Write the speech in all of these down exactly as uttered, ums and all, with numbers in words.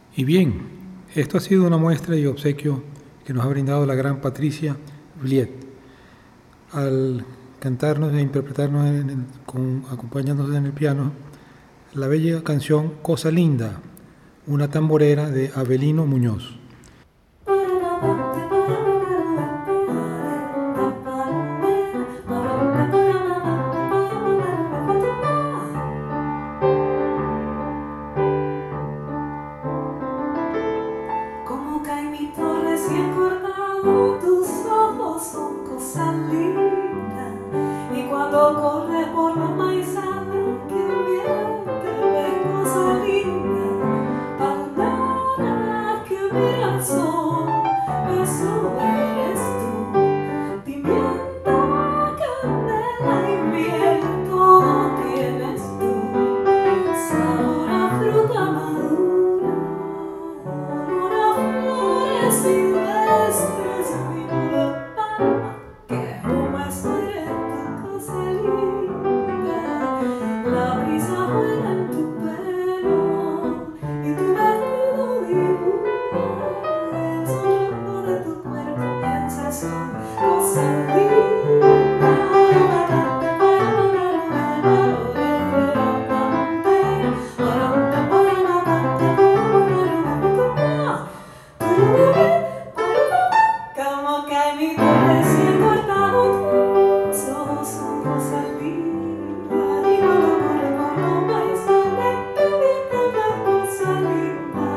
Y bien, esto ha sido una muestra y obsequio que nos ha brindado la gran Patricia Bliet al cantarnos e interpretarnos en el, con, acompañándonos en el piano la bella canción Cosa Linda, una tamborera de Avelino Muñoz. Como caimito recién cortado, tus ojos son cosa linda. Y cuando corres por la maizada, que bien te ves cosa linda. Palmera que mira el sol, eso eres tú. Pimienta, canela y miel, todo tienes tú. Sabor a fruta madura, olor a flores silvestres, vino de palma, que aroma eres tu cosa linda. La brisa vuela en tu pelo y tu vestido dibuja el sonrojo de tu cuerpo en sazón, cosa linda. Como caimito recién cortado, tus ojos son cosa linda. Y cuando corre por los maizales, que bien te ves cosa linda.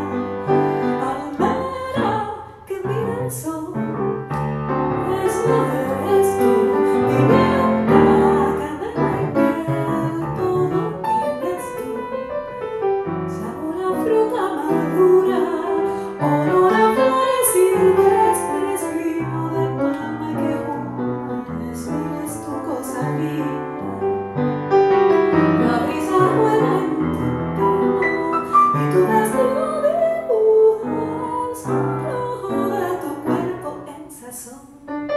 Palmera que mira el sol, eso eres tú. Pimienta, canela y miel, todo tienes tú. Sabor a fruta madura, olor a flores silvestres, vino de palma que huma, eso eres tu cosa linda. La brisa vuela en tu pelo y tu vestido dibuja el sonrojo de tu cuerpo en sazón.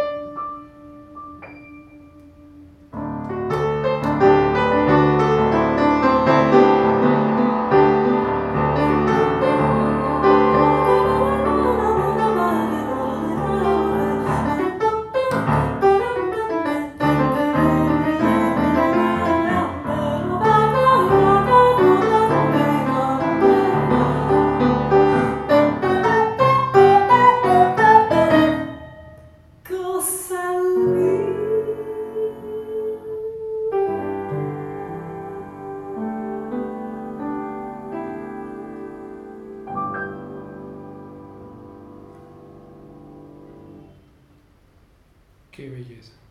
Cosa linda. Qué belleza.